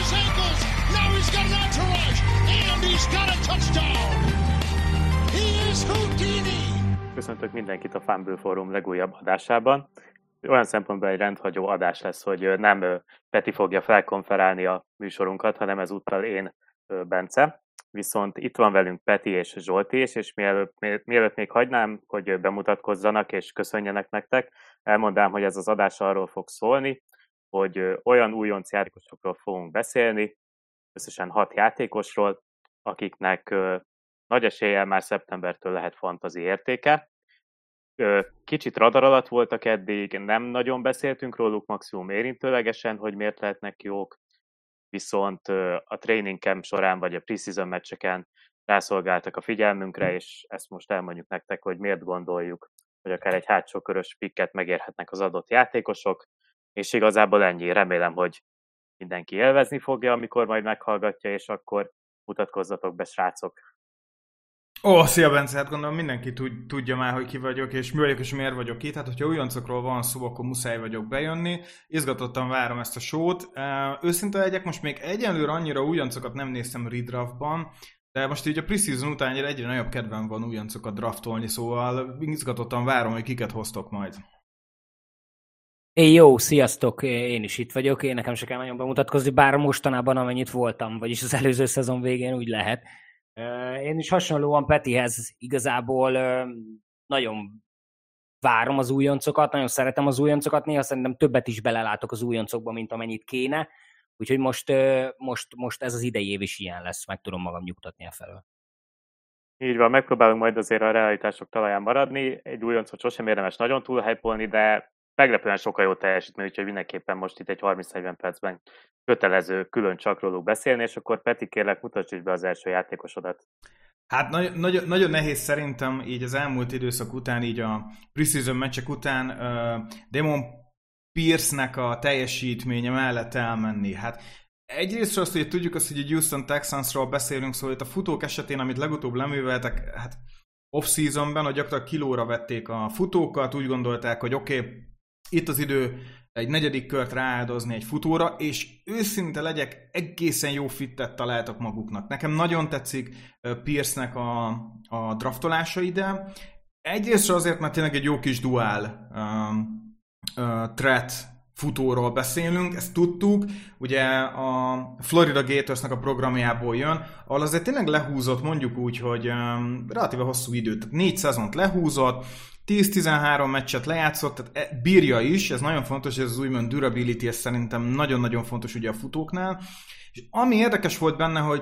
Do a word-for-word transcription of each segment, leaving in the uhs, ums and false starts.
his ankles. Now he's got an entourage. And he's got a touchdown. He is Houdini. Köszöntök mindenkit a Fumble Forum legújabb adásában. Olyan szempontból egy rendhagyó adás lesz, hogy nem Peti fogja felkonferálni a műsorunkat, hanem ezúttal én, Bence. Viszont itt van velünk Peti és Zsolti is, és mielőtt, mielőtt még hagynám, hogy bemutatkozzanak és köszönjenek nektek, elmondám, hogy ez az adás arról fog szólni, hogy olyan újonc játékosokról fogunk beszélni, összesen hat játékosról, akiknek nagy eséllyel már szeptembertől lehet fantasy értéke. Kicsit radar alatt voltak eddig, nem nagyon beszéltünk róluk, maximum érintőlegesen, hogy miért lehetnek jók, viszont a training camp során vagy a preseason meccseken rászolgáltak a figyelmünkre, és ezt most elmondjuk nektek, hogy miért gondoljuk, hogy akár egy hátsó körös pikket megérhetnek az adott játékosok, és igazából ennyi. Remélem, hogy mindenki élvezni fogja, amikor majd meghallgatja, és akkor mutatkozzatok be, srácok! Ó, oh, szia Bence, hát gondolom mindenki tud, tudja már, hogy ki vagyok, és mi vagyok, és miért vagyok itt. Hát, hogyha újoncokról van szó, akkor muszáj vagyok bejönni. Izgatottan várom ezt a sót. Uh, őszinte legyek, most még egyenlőre annyira újoncokat nem néztem redraftban, de most így a preseason után egyre nagyobb kedvem van újoncokat draftolni, szóval izgatottan várom, hogy kiket hoztok majd. É, jó, sziasztok, én is itt vagyok, én nekem se kell nagyon bemutatkozni, bár mostanában amennyit voltam, vagyis az előző szezon végén úgy lehet. Én is hasonlóan Petihez igazából nagyon várom az újoncokat, nagyon szeretem az újoncokat, néha szerintem többet is belelátok az újoncokba, mint amennyit kéne, úgyhogy most, most, most ez az idei év is ilyen lesz, meg tudom magam nyugtatni efelől. Így van, megpróbálunk majd azért a realitások talaján maradni, egy újoncot sosem érdemes nagyon túl hype-olni, de meglepően sokkal jó teljesítmény, úgyhogy mindenképpen most itt egy harminc-negyven percben kötelező külön csak róluk beszélni, és akkor Peti, kérlek, mutasd is be az első játékosodat. Hát nagy, nagyon, nagyon nehéz szerintem így az elmúlt időszak után, így a preseason meccsek után uh, Damon Pierce-nek a teljesítménye mellett elmenni. Hát egyrészt azt, hogy tudjuk azt, hogy a Houston Texansról beszélünk, szóval itt a futók esetén, amit legutóbb leműveltek, hát off-seasonben, hogy gyakorlatilag kilóra vették a futókat, úgy gondolták, hogy oké, okay, itt az idő egy negyedik kört rááldozni egy futóra, és őszinte legyek, egészen jó fittet találtak maguknak. Nekem nagyon tetszik Pierce-nek a, a draftolása ide. Egyrészt azért, mert tényleg egy jó kis duál um, uh, threat futóról beszélünk, ezt tudtuk, ugye a Florida Gatorsnak a programjából jön, ahol azért tényleg lehúzott, mondjuk úgy, hogy um, relatíve hosszú időt, tehát négy szezont lehúzott, tíz-tizenhárom meccset lejátszott, tehát bírja is, ez nagyon fontos, ez az úgymond durability, ez szerintem nagyon-nagyon fontos ugye a futóknál, és ami érdekes volt benne, hogy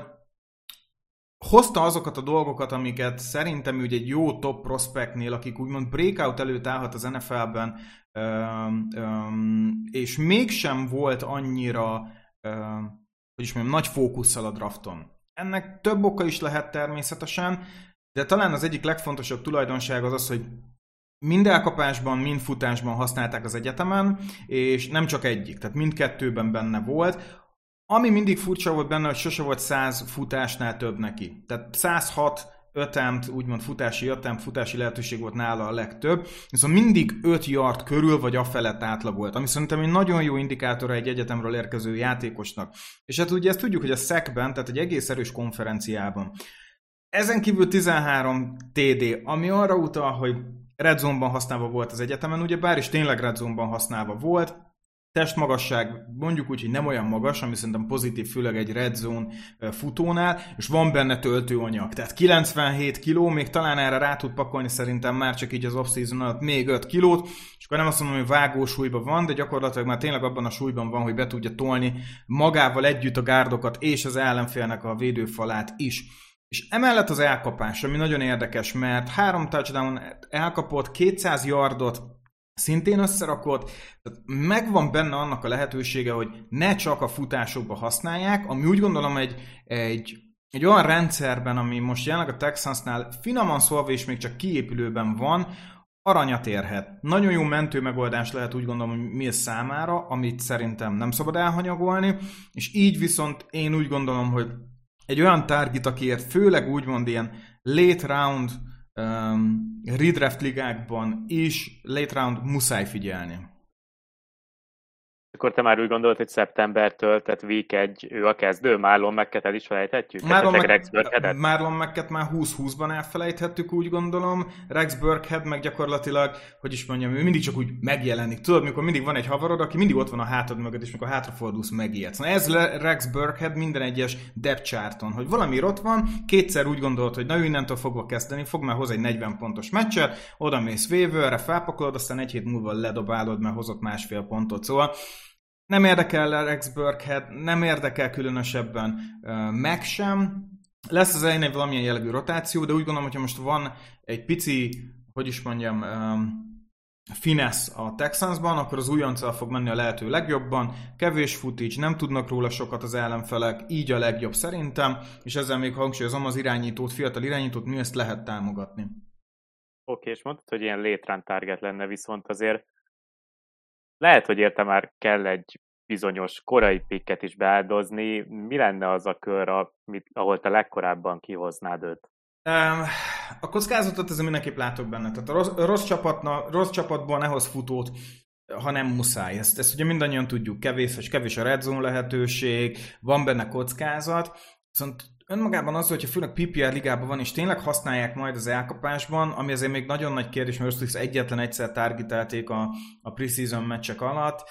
hozta azokat a dolgokat, amiket szerintem ugye egy jó top prospectnél, akik úgymond breakout előtt állhat az en ef el-ben, öm, öm, és mégsem volt annyira, öm, hogy is mondjam, nagy fókusszal a drafton. Ennek több oka is lehet természetesen, de talán az egyik legfontosabb tulajdonság az az, hogy mind elkapásban, mind futásban használták az egyetemen, és nem csak egyik, tehát mindkettőben benne volt. Ami mindig furcsa volt benne, hogy sose volt száz futásnál több neki. Tehát száz hat attempt, úgymond futási attempt, futási lehetőség volt nála a legtöbb, viszont mindig öt yard körül vagy afelett átlagolt, ami szerintem egy nagyon jó indikátora egy egyetemről érkező játékosnak. És hát ugye ezt tudjuk, hogy a szekben, tehát egy egész erős konferenciában. Ezen kívül tizenhárom té dé, ami arra utal, hogy red zone-ban használva volt az egyetemen, ugye bár is tényleg red zone-ban használva volt, testmagasság mondjuk úgy, hogy nem olyan magas, ami szerintem pozitív, főleg egy red zone futónál, és van benne töltőanyag. Tehát kilencvenhét kiló, még talán erre rá tud pakolni szerintem már csak így az off-season alatt még öt kilót, és akkor nem azt mondom, hogy vágó súlyban van, de gyakorlatilag már tényleg abban a súlyban van, hogy be tudja tolni magával együtt a gárdokat és az ellenfélnek a védőfalát is. És emellett az elkapás, ami nagyon érdekes, mert három touchdown elkapott, kétszáz yardot szintén összerakott, tehát megvan benne annak a lehetősége, hogy ne csak a futásokba használják, ami úgy gondolom egy, egy, egy olyan rendszerben, ami most jelenleg a Texansnál finoman szólva és még csak kiépülőben van, aranyat érhet. Nagyon jó mentő megoldás lehet úgy gondolom, hogy Mills számára, amit szerintem nem szabad elhanyagolni, és így viszont én úgy gondolom, hogy egy olyan target, akiért főleg úgymond ilyen late round um, redraft ligákban is late round muszáj figyelni. akkor te már úgy gondolod, hogy szeptembertől, tehát week egy, ő a kezdő, Marlon Macket el is felejthetjük? Marlon, Rex Burkheadet? Marlon Macket már húsz-húszban elfelejthettük, úgy gondolom. Rex Burkhead meg gyakorlatilag, hogy is mondjam, ő mindig csak úgy megjelenik. Tudod, mikor mindig van egy havarod, aki mindig ott van a hátad mögött, és mikor hátrafordulsz, megijedsz. Na ez Rex Burkhead minden egyes depth charton, hogy valami ott van, kétszer úgy gondolod, hogy na ő innentől fogva kezdeni, fog már hozni egy negyven pontos meccset, oda mész waiverre, felpakolod, aztán egy hét múlva ledobálod, mert hozott másfél pontot. Szóval nem érdekel Rex Burkhead, nem érdekel különösebben uh, meg sem. Lesz az elején egy valamilyen jellegű rotáció, de úgy gondolom, hogyha most van egy pici, hogy is mondjam, um, finesz a Texansban, akkor az újonccal fog menni a lehető legjobban. Kevés footage, nem tudnak róla sokat az ellenfelek, így a legjobb szerintem, és ezzel még hangsúlyozom az irányítót, fiatal irányítót, mi ezt lehet támogatni. Oké, okay, és mondtad, hogy ilyen late run target lenne, viszont azért lehet, hogy érte már kell egy bizonyos korai pikket is beáldozni. Mi lenne az a kör, amit, ahol te legkorábban kihoznád őt? A kockázatot ezzel mindenképp látok benne. Tehát a rossz, rossz, csapatna, rossz csapatból ne hoz futót, ha nem muszáj. Ezt, ezt ugye mindannyian tudjuk, kevés, és kevés a red zone lehetőség, van benne kockázat. Viszont önmagában az, hogyha főleg pé pé er ligában van, és tényleg használják majd az elkapásban, ami azért még nagyon nagy kérdés, mert azt egyetlen egyszer targetelték a, a preseason meccsek alatt.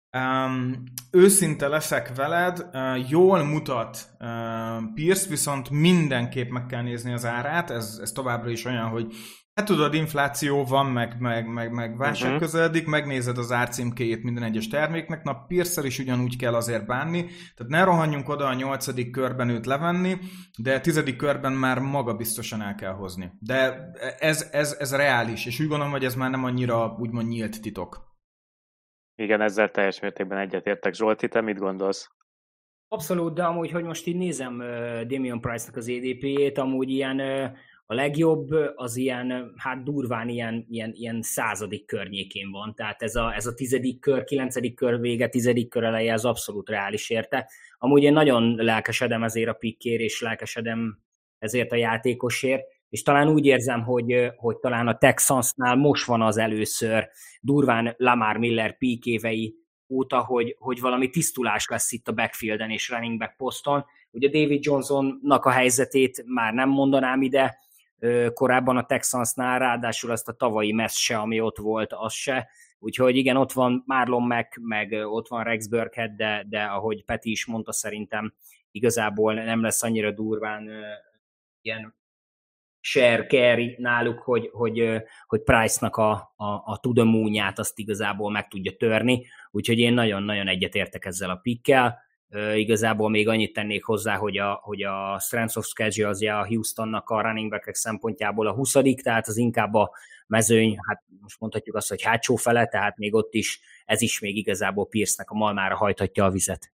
Um, őszinte leszek veled, uh, jól mutat uh, Pierce, viszont mindenképp meg kell nézni az árát, ez, ez továbbra is olyan, hogy hát tudod, infláció van, meg, meg, meg, meg válság uh-huh. közeledik, megnézed az árcímkéjét minden egyes terméknek, na Pierce-szel is ugyanúgy kell azért bánni, tehát ne rohanjunk oda a nyolcadik körben őt levenni, de a tizedik körben már maga biztosan el kell hozni. De ez, ez, ez reális, és úgy gondolom, hogy ez már nem annyira úgymond nyílt titok. Igen, ezzel teljes mértékben egyetértek. Zsolti, te mit gondolsz? Abszolút, de amúgy, hogy most így nézem uh, Damian Price-nak az é dé pé-jét, amúgy ilyen uh, a legjobb az ilyen, hát durván ilyen, ilyen, ilyen századik környékén van. Tehát ez a, ez a tizedik kör, kilencedik kör vége, tizedik kör eleje, az abszolút reális érte. Amúgy én nagyon lelkesedem ezért a pikkért, és lelkesedem ezért a játékosért, és talán úgy érzem, hogy, hogy talán a Texansnál most van az először durván Lamar Miller peak évei óta, hogy, hogy valami tisztulás lesz itt a backfielden és running back poszton. Ugye David Johnsonnak a helyzetét már nem mondanám ide, korábban a Texansnál, ráadásul azt a tavalyi mess se, ami ott volt, az se. Úgyhogy igen, ott van Marlon Mack, meg ott van Rex Burkhead, de, de ahogy Peti is mondta, szerintem igazából nem lesz annyira durván uh, ilyen share carry náluk, hogy, hogy, hogy Price-nak a, a, a to the moon-ját azt igazából meg tudja törni. Úgyhogy én nagyon-nagyon egyetértek ezzel a pickkel. Uh, igazából még annyit tennék hozzá, hogy a, hogy a strength of schedule az a Houstonnak a running back szempontjából a huszadik, tehát az inkább a mezőny, hát most mondhatjuk azt, hogy hátsó fele, tehát még ott is, ez is még igazából Pierce-nek a malmára hajthatja a vizet.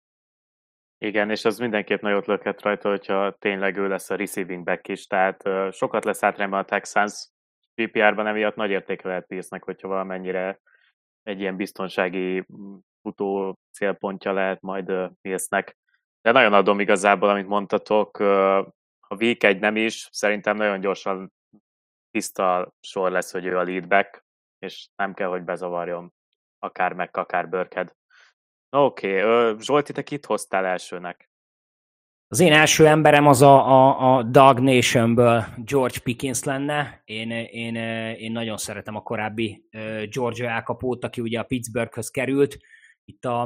Igen, és az mindenképp nagyot lökhet rajta, hogyha tényleg ő lesz a receiving back is, tehát uh, sokat lesz hátrányban a Texans, pé pé er-ben emiatt nagy értéke lehet Pierce-nek, hogyha valamennyire egy ilyen biztonsági futó célpontja lehet majd uh, Pierce-nek. De nagyon adom igazából, amit mondtatok, uh, a week egy nem is, szerintem nagyon gyorsan tiszta sor lesz, hogy ő a lead back, és nem kell, hogy bezavarjon akár meg, akár Burkhead. Oké, okay. Zsolti, te kit hoztál elsőnek? Az én első emberem az a, a, a Dog Nationből George Pickens lenne. Én, én, én nagyon szeretem a korábbi Georgia elkapót, aki ugye a Pittsburghöz került itt a,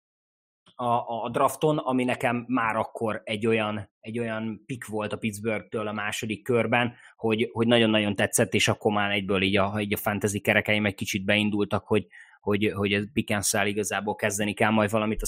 a, a drafton, ami nekem már akkor egy olyan, egy olyan pick volt a Pittsburghtől a második körben, hogy, hogy nagyon-nagyon tetszett, és akkor már egyből így a, így a fantasy kerekeim egy kicsit beindultak, hogy hogy, hogy Pickens-szel igazából kezdeni kell majd valamit a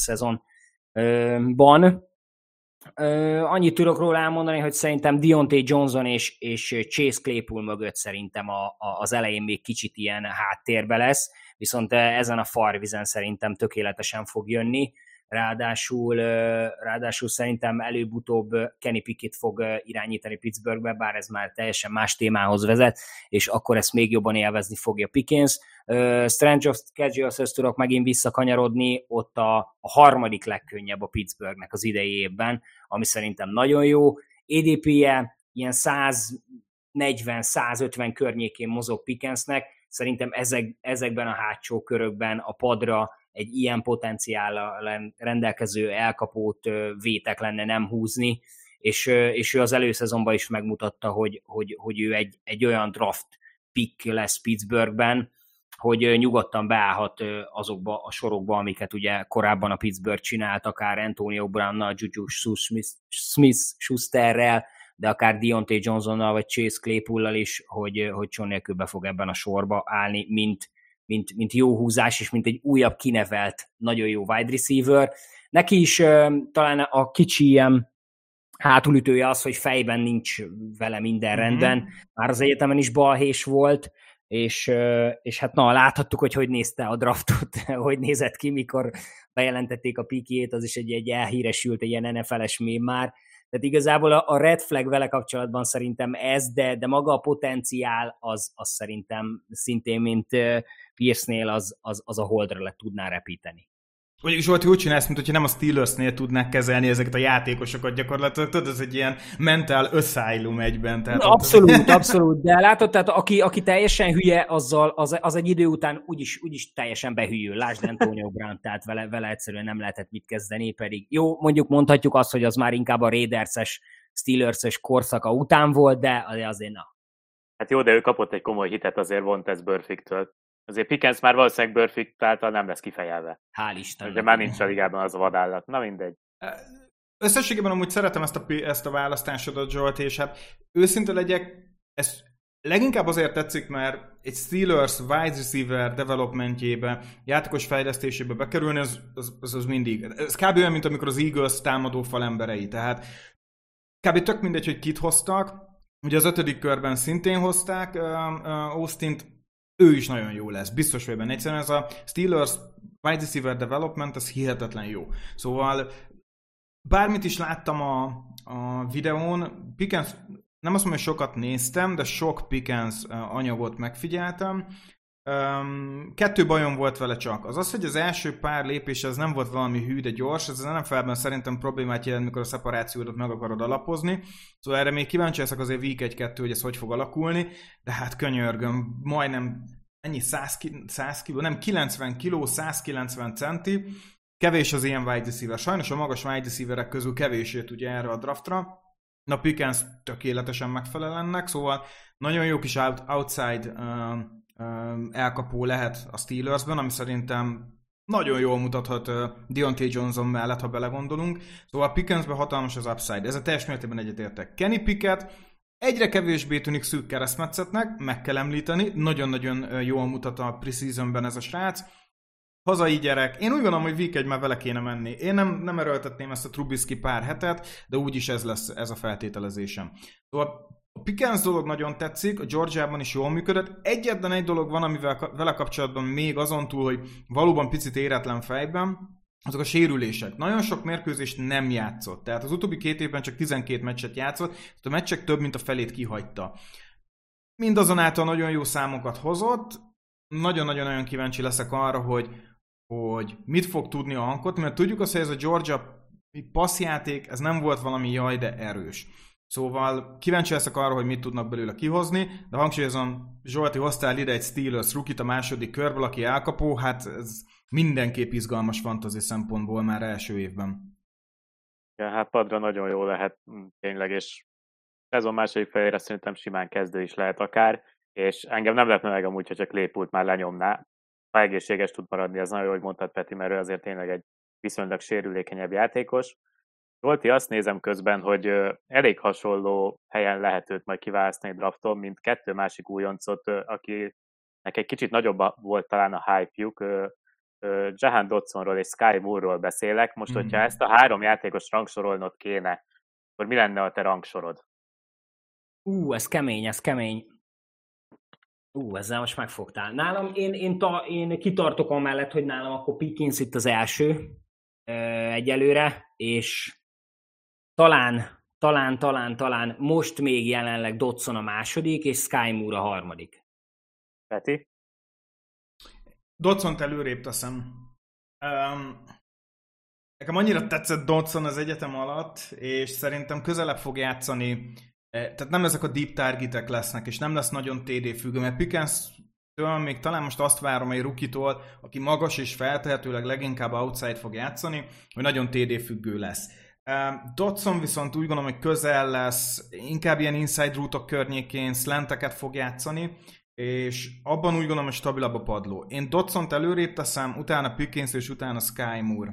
szezonban. Annyit tudok róla elmondani, hogy szerintem Deontay Johnson és, és Chase Claypool mögött szerintem a, a, az elején még kicsit ilyen háttérbe lesz, viszont ezen a farvizen szerintem tökéletesen fog jönni. Ráadásul, ráadásul szerintem előbb-utóbb Kenny Pickett fog irányítani Pittsburghbe, bár ez már teljesen más témához vezet, és akkor ezt még jobban élvezni fogja Pickens. Uh, Strange of Schedule-hez tudok megint visszakanyarodni, ott a, a harmadik legkönnyebb a Pittsburghnek az idei évben, ami szerintem nagyon jó. é dé pé-je ilyen száznegyven-százötven környékén mozog Pickensnek, szerintem ezek, ezekben a hátsó körökben a padra egy ilyen potenciállal rendelkező elkapót vétek lenne nem húzni, és, és ő az előszezonban is megmutatta, hogy, hogy, hogy ő egy, egy olyan draft pick lesz Pittsburghben, hogy nyugodtan beállhat azokba a sorokba, amiket ugye korábban a Pittsburgh csinált, akár Antonio Brownnal, Juju Smith-Schusterrel, de akár Deontay Johnsonnal, vagy Chase Claypool-lal is, hogy, hogy John nélkül be fog ebben a sorba állni, mint, mint, mint jó húzás, és mint egy újabb kinevelt, nagyon jó wide receiver. Neki is talán a kicsi ilyen hátulütője az, hogy fejben nincs vele minden mm-hmm. rendben. Már az egyetemen is balhés volt, és, és hát na, láthattuk, hogy hogy nézte a draftot, hogy nézett ki, mikor bejelentették a pikjét, az is egy, egy elhíresült, egy ilyen en ef el-es mém már. Tehát igazából a, a red flag vele kapcsolatban szerintem ez, de, de maga a potenciál az, az szerintem szintén, mint Pierce-nél az, az, az a holdra le tudná repíteni. Mondjuk Zsolti úgy csinálsz, mint hogyha nem a Steelersnél tudnák kezelni ezeket a játékosokat gyakorlatilag, tudod, ez egy ilyen mental asylum egyben. Tehát abszolút, abszolút, de látod, tehát aki, aki teljesen hülye, azzal, az, az egy idő után úgyis, úgyis teljesen behűl. Lásd Antonio Brown, tehát vele, vele egyszerűen nem lehetett mit kezdeni, pedig jó, mondjuk mondhatjuk azt, hogy az már inkább a Raiders-es, Steelers-es korszaka után volt, de azért na. Hát jó, de ő kapott egy komoly hitet azért Vontaze Burficttől. Azért Pickens már valószínűleg Burfict által nem lesz kifejelve. Hál' Isten. Ugye már nincs a ligában az a vadállat. Na mindegy. Összességében amúgy szeretem ezt a, ezt a választásodat, Zsolt, és hát őszinte legyek, ez leginkább azért tetszik, mert egy Steelers wide receiver developmentjébe, játékos fejlesztésébe bekerülni, az, az, az, az mindig. Ez kb. Olyan, mint amikor az Eagles támadó fal emberei. Tehát kb. Tök mindegy, hogy kit hoztak. Ugye az ötödik körben szintén hozták uh, uh, Austin-t, ő is nagyon jó lesz, biztos vagy benne. Egyszerűen ez a Steelers wide receiver development, az hihetetlen jó. Szóval bármit is láttam a, a videón, Pickens, nem azt mondom, hogy sokat néztem, de sok Pickens anyagot megfigyeltem. Um, kettő bajom volt vele csak. Az az, hogy az első pár lépés az nem volt valami hű, de gyors, ez az en ef el-ben szerintem problémát jelent, mikor a szeparációdat meg akarod alapozni. Szóval erre még kíváncsi leszek azért week egy-kettő, hogy ez hogy fog alakulni, de hát könyörgöm, majdnem ennyi száz kiló, nem kilencven kiló, száz kilencven centi, kevés az ilyen wide receiver. Sajnos a magas wide receiverek közül kevés jött ugye erre a draftra. Na Pickens tökéletesen megfelel ennek, szóval nagyon jó kis outside uh, elkapó lehet a Steelersben, ami szerintem nagyon jól mutathat Deontay Johnson mellett, ha belegondolunk. Szóval a Pickensben hatalmas az upside. Ez a teljes mértékben egyetértek. Kenny Pickett egyre kevésbé tűnik szűk keresztmetszetnek, meg kell említeni. Nagyon-nagyon jól mutat a preseasonben ez a srác. Hazai gyerek. Én úgy gondolom, hogy week egy már vele kéne menni. Én nem, nem erőltetném ezt a Trubisky pár hetet, de úgyis ez lesz ez a feltételezésem. Szóval a Pickens dolog nagyon tetszik, a Georgiában is jól működött. Egyetlen egy dolog van, amivel vele kapcsolatban még azon túl, hogy valóban picit éretlen fejben, azok a sérülések. Nagyon sok mérkőzést nem játszott. Tehát az utóbbi két évben csak tizenkét meccset játszott, tehát a meccsek több, mint a felét kihagyta. Mindazonáltal nagyon jó számokat hozott. Nagyon-nagyon-nagyon kíváncsi leszek arra, hogy, hogy mit fog tudni a hankot, mert tudjuk azt, hogy ez a Georgia passzjáték, ez nem volt valami jaj, de erős. Szóval kíváncsi leszek arra, hogy mit tudnak belőle kihozni, de hangsúlyozom, Zsolti, hoztál ide egy Steelers rookie-t a második körből, aki elkapó, hát ez mindenképp izgalmas fantasy szempontból már első évben. Ja, hát padra nagyon jó lehet tényleg, és szezon második felére szerintem simán kezdő is lehet akár, és engem nem lepne meg amúgy, ha csak Claypoolt már lenyomná. Ha egészséges tud maradni, az nagyon jó, hogy mondtad Peti, mert ő azért tényleg egy viszonylag sérülékenyebb játékos. Zsolti, azt nézem közben, hogy elég hasonló helyen lehet őt majd kiválasztani drafton, mint kettő másik újoncot, akinek egy kicsit nagyobb volt talán a hype-juk. Jahan Dodsonról és Sky Moore-ról beszélek. Most, mm. hogyha ezt a három játékos rangsorolnod kéne, akkor mi lenne a te rangsorod? Ú, ez kemény, ez kemény. Ú, ezzel most megfogtál. Nálam, én, én, ta, én kitartok amellett, hogy nálam akkor Pickens itt az első egyelőre, és talán, talán, talán, talán most még jelenleg Dodson a második, és Sky Moore a harmadik. Peti? Dodsont előrébb teszem. Um, nekem annyira tetszett Dodson az egyetem alatt, és szerintem közelebb fog játszani. Tehát nem ezek a deep targetek lesznek, és nem lesz nagyon té dé függő, mert Pickens még talán most azt várom egy rukitól, aki magas és feltehetőleg leginkább outside fog játszani, hogy nagyon té dé függő lesz. Dotson viszont úgy gondolom, hogy közel lesz, inkább ilyen inside rútok környékén slanteket fog játszani, és abban úgy gondolom, hogy stabilabb a padló. Én Dotsont előrébb teszem, utána Pickens és utána Sky Moore.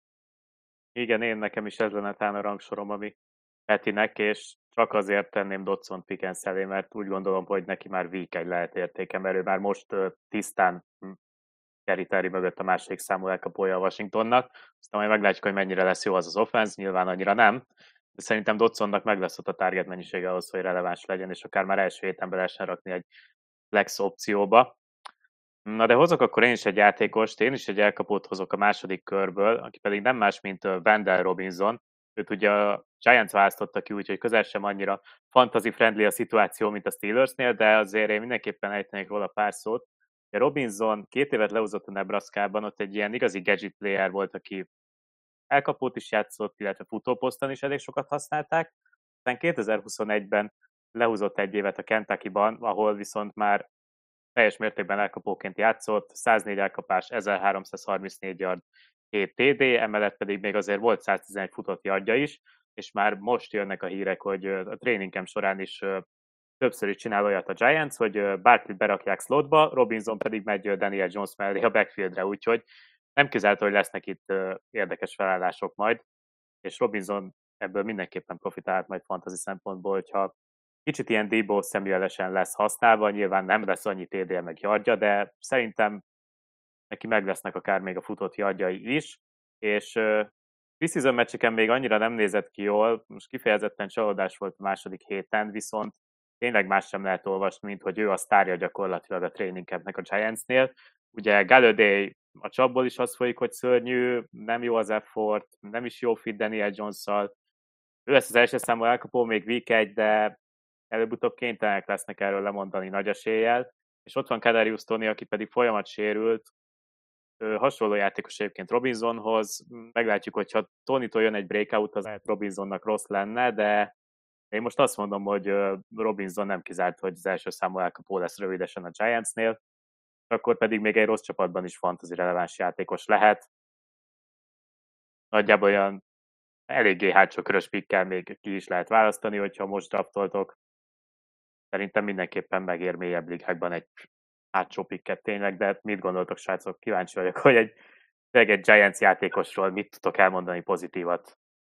Igen, én nekem is ez lenne talán a rangsorom, ami Petinek, és csak azért tenném Dotsont Pickens elé, mert úgy gondolom, hogy neki már week egy lehet értéke, mert ő már most uh, tisztán Kerry Terry mögött a második számú elkapója a Washingtonnak. Aztán majd meglátjuk, hogy mennyire lesz jó az az offense, nyilván annyira nem, de szerintem Dotsonnak meg lesz ott a target mennyisége ahhoz, hogy releváns legyen, és akár már első héten be lehessen rakni egy flex opcióba. Na de hozok akkor én is egy játékost, én is egy elkapót hozok a második körből, aki pedig nem más, mint Wendell Robinson. Őt ugye a Giants választotta ki, úgyhogy közel sem annyira fantasy friendly a szituáció, mint a Steelersnél, de azért én mindenképpen ejtenék róla pár szót. Robinson két évet lehozott a Nebraskában, ott egy ilyen igazi gadget player volt, aki elkapót is játszott, illetve futóposzton is elég sokat használták. Aztán kétezer-huszonegyben lehúzott egy évet a Kentuckyban, ahol viszont már teljes mértékben elkapóként játszott, száznégy elkapás, ezerháromszázharmincnégy yard, hét té dé, emellett pedig még azért volt száztizenegy futott yardja is, és már most jönnek a hírek, hogy a training camp során is többször is csinál olyat a Giants, hogy Barkley berakják slotba, Robinson pedig megy Daniel Jones mellé a backfieldre, úgyhogy nem kizárt, hogy lesznek itt érdekes felállások majd, és Robinson ebből mindenképpen profitálhat majd fantasy szempontból, hogyha kicsit ilyen Debo Samuel-esen lesz használva, nyilván nem lesz annyi té dé meg yardja, de szerintem neki meg lesznek akár még a futott yardjai is, és preseason meccseken még annyira nem nézett ki jól, most kifejezetten csalódás volt a második héten, viszont tényleg más sem lehet olvasni, mint hogy ő a sztárja gyakorlatilag a training campnek a Giantsnél. Ugye Galladay a csapból is az folyik, hogy szörnyű, nem jó az effort, nem is jó fit Daniel Jones-szal. Ő lesz az első számú elkapó, még week egy, de előbb-utóbb kénytelenek lesznek erről lemondani nagy eséllyel. És ott van Kadarius Toney, aki pedig folyamat sérült, ő hasonló játékos egyébként Robinsonhoz. Meglátjuk, hogyha Toneytól jön egy breakout, az Robinsonnak rossz lenne, de én most azt mondom, hogy Robinson nem kizárt, hogy az első számú elkapó lesz rövidesen a Giantsnél, akkor pedig még egy rossz csapatban is fantasy releváns játékos lehet. Nagyjából olyan eléggé hátsó körös pikkel még ki is lehet választani, hogyha most draftoltok. Szerintem mindenképpen megér mélyebb ligákban egy hátsó pikket tényleg, de mit gondoltok, srácok? Kíváncsi vagyok, hogy egy, egy Giants játékosról mit tudtok elmondani pozitívat.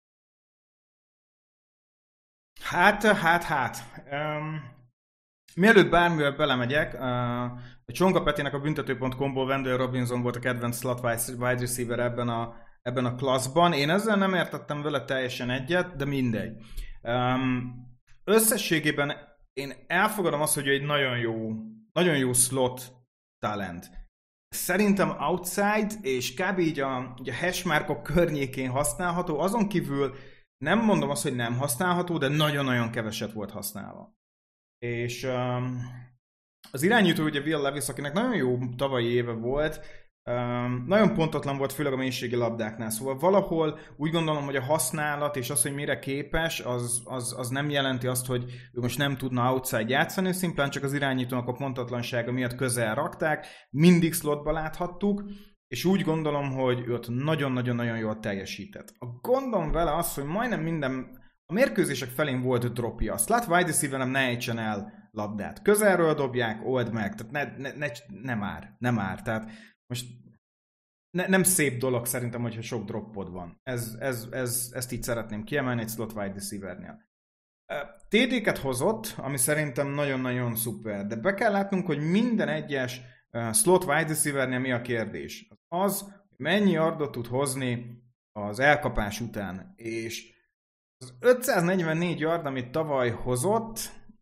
Hát, hát, hát. Um, mielőtt bármivel belemegyek, uh, a Csonka Petinek a büntető pont com-ból Wendell Robinson volt a kedvenc slot wide receiver ebben a, ebben a klasszban. Én ezzel nem értettem vele teljesen egyet, de mindegy. Um, összességében én elfogadom azt, hogy egy nagyon jó, nagyon jó slot talent. Szerintem outside, és kb. Így a, így a hashmarkok környékén használható, azon kívül nem mondom azt, hogy nem használható, de nagyon-nagyon keveset volt használva. És um, az irányító ugye Will Levis, akinek nagyon jó tavalyi éve volt, um, nagyon pontatlan volt, főleg a mélységi labdáknál. Szóval valahol úgy gondolom, hogy a használat és az, hogy mire képes, az, az, az nem jelenti azt, hogy ő most nem tudna outside játszani, szimplán csak az irányítónak a pontatlansága miatt közel rakták, mindig slotba láthattuk, és úgy gondolom, hogy ő ott nagyon-nagyon-nagyon jól teljesített. A gondom vele az, hogy majdnem minden, a mérkőzések felén volt dropja. Azt lát wide receiver-nem ne ejtsen el labdát. Közelről dobják, old meg, tehát ne, ne, ne, ne már, ne már. Tehát most ne, nem szép dolog szerintem, hogyha sok droppod van. Ez, ez, ez, ezt így szeretném kiemelni egy slot wide receivernél. té dé-ket hozott, ami szerintem nagyon-nagyon szuper, de be kell látnunk, hogy minden egyes slot wide receivernél mi a kérdés? Az, hogy mennyi yardot tud hozni az elkapás után. És az ötszáznegyvennégy yard, amit tavaly hozott,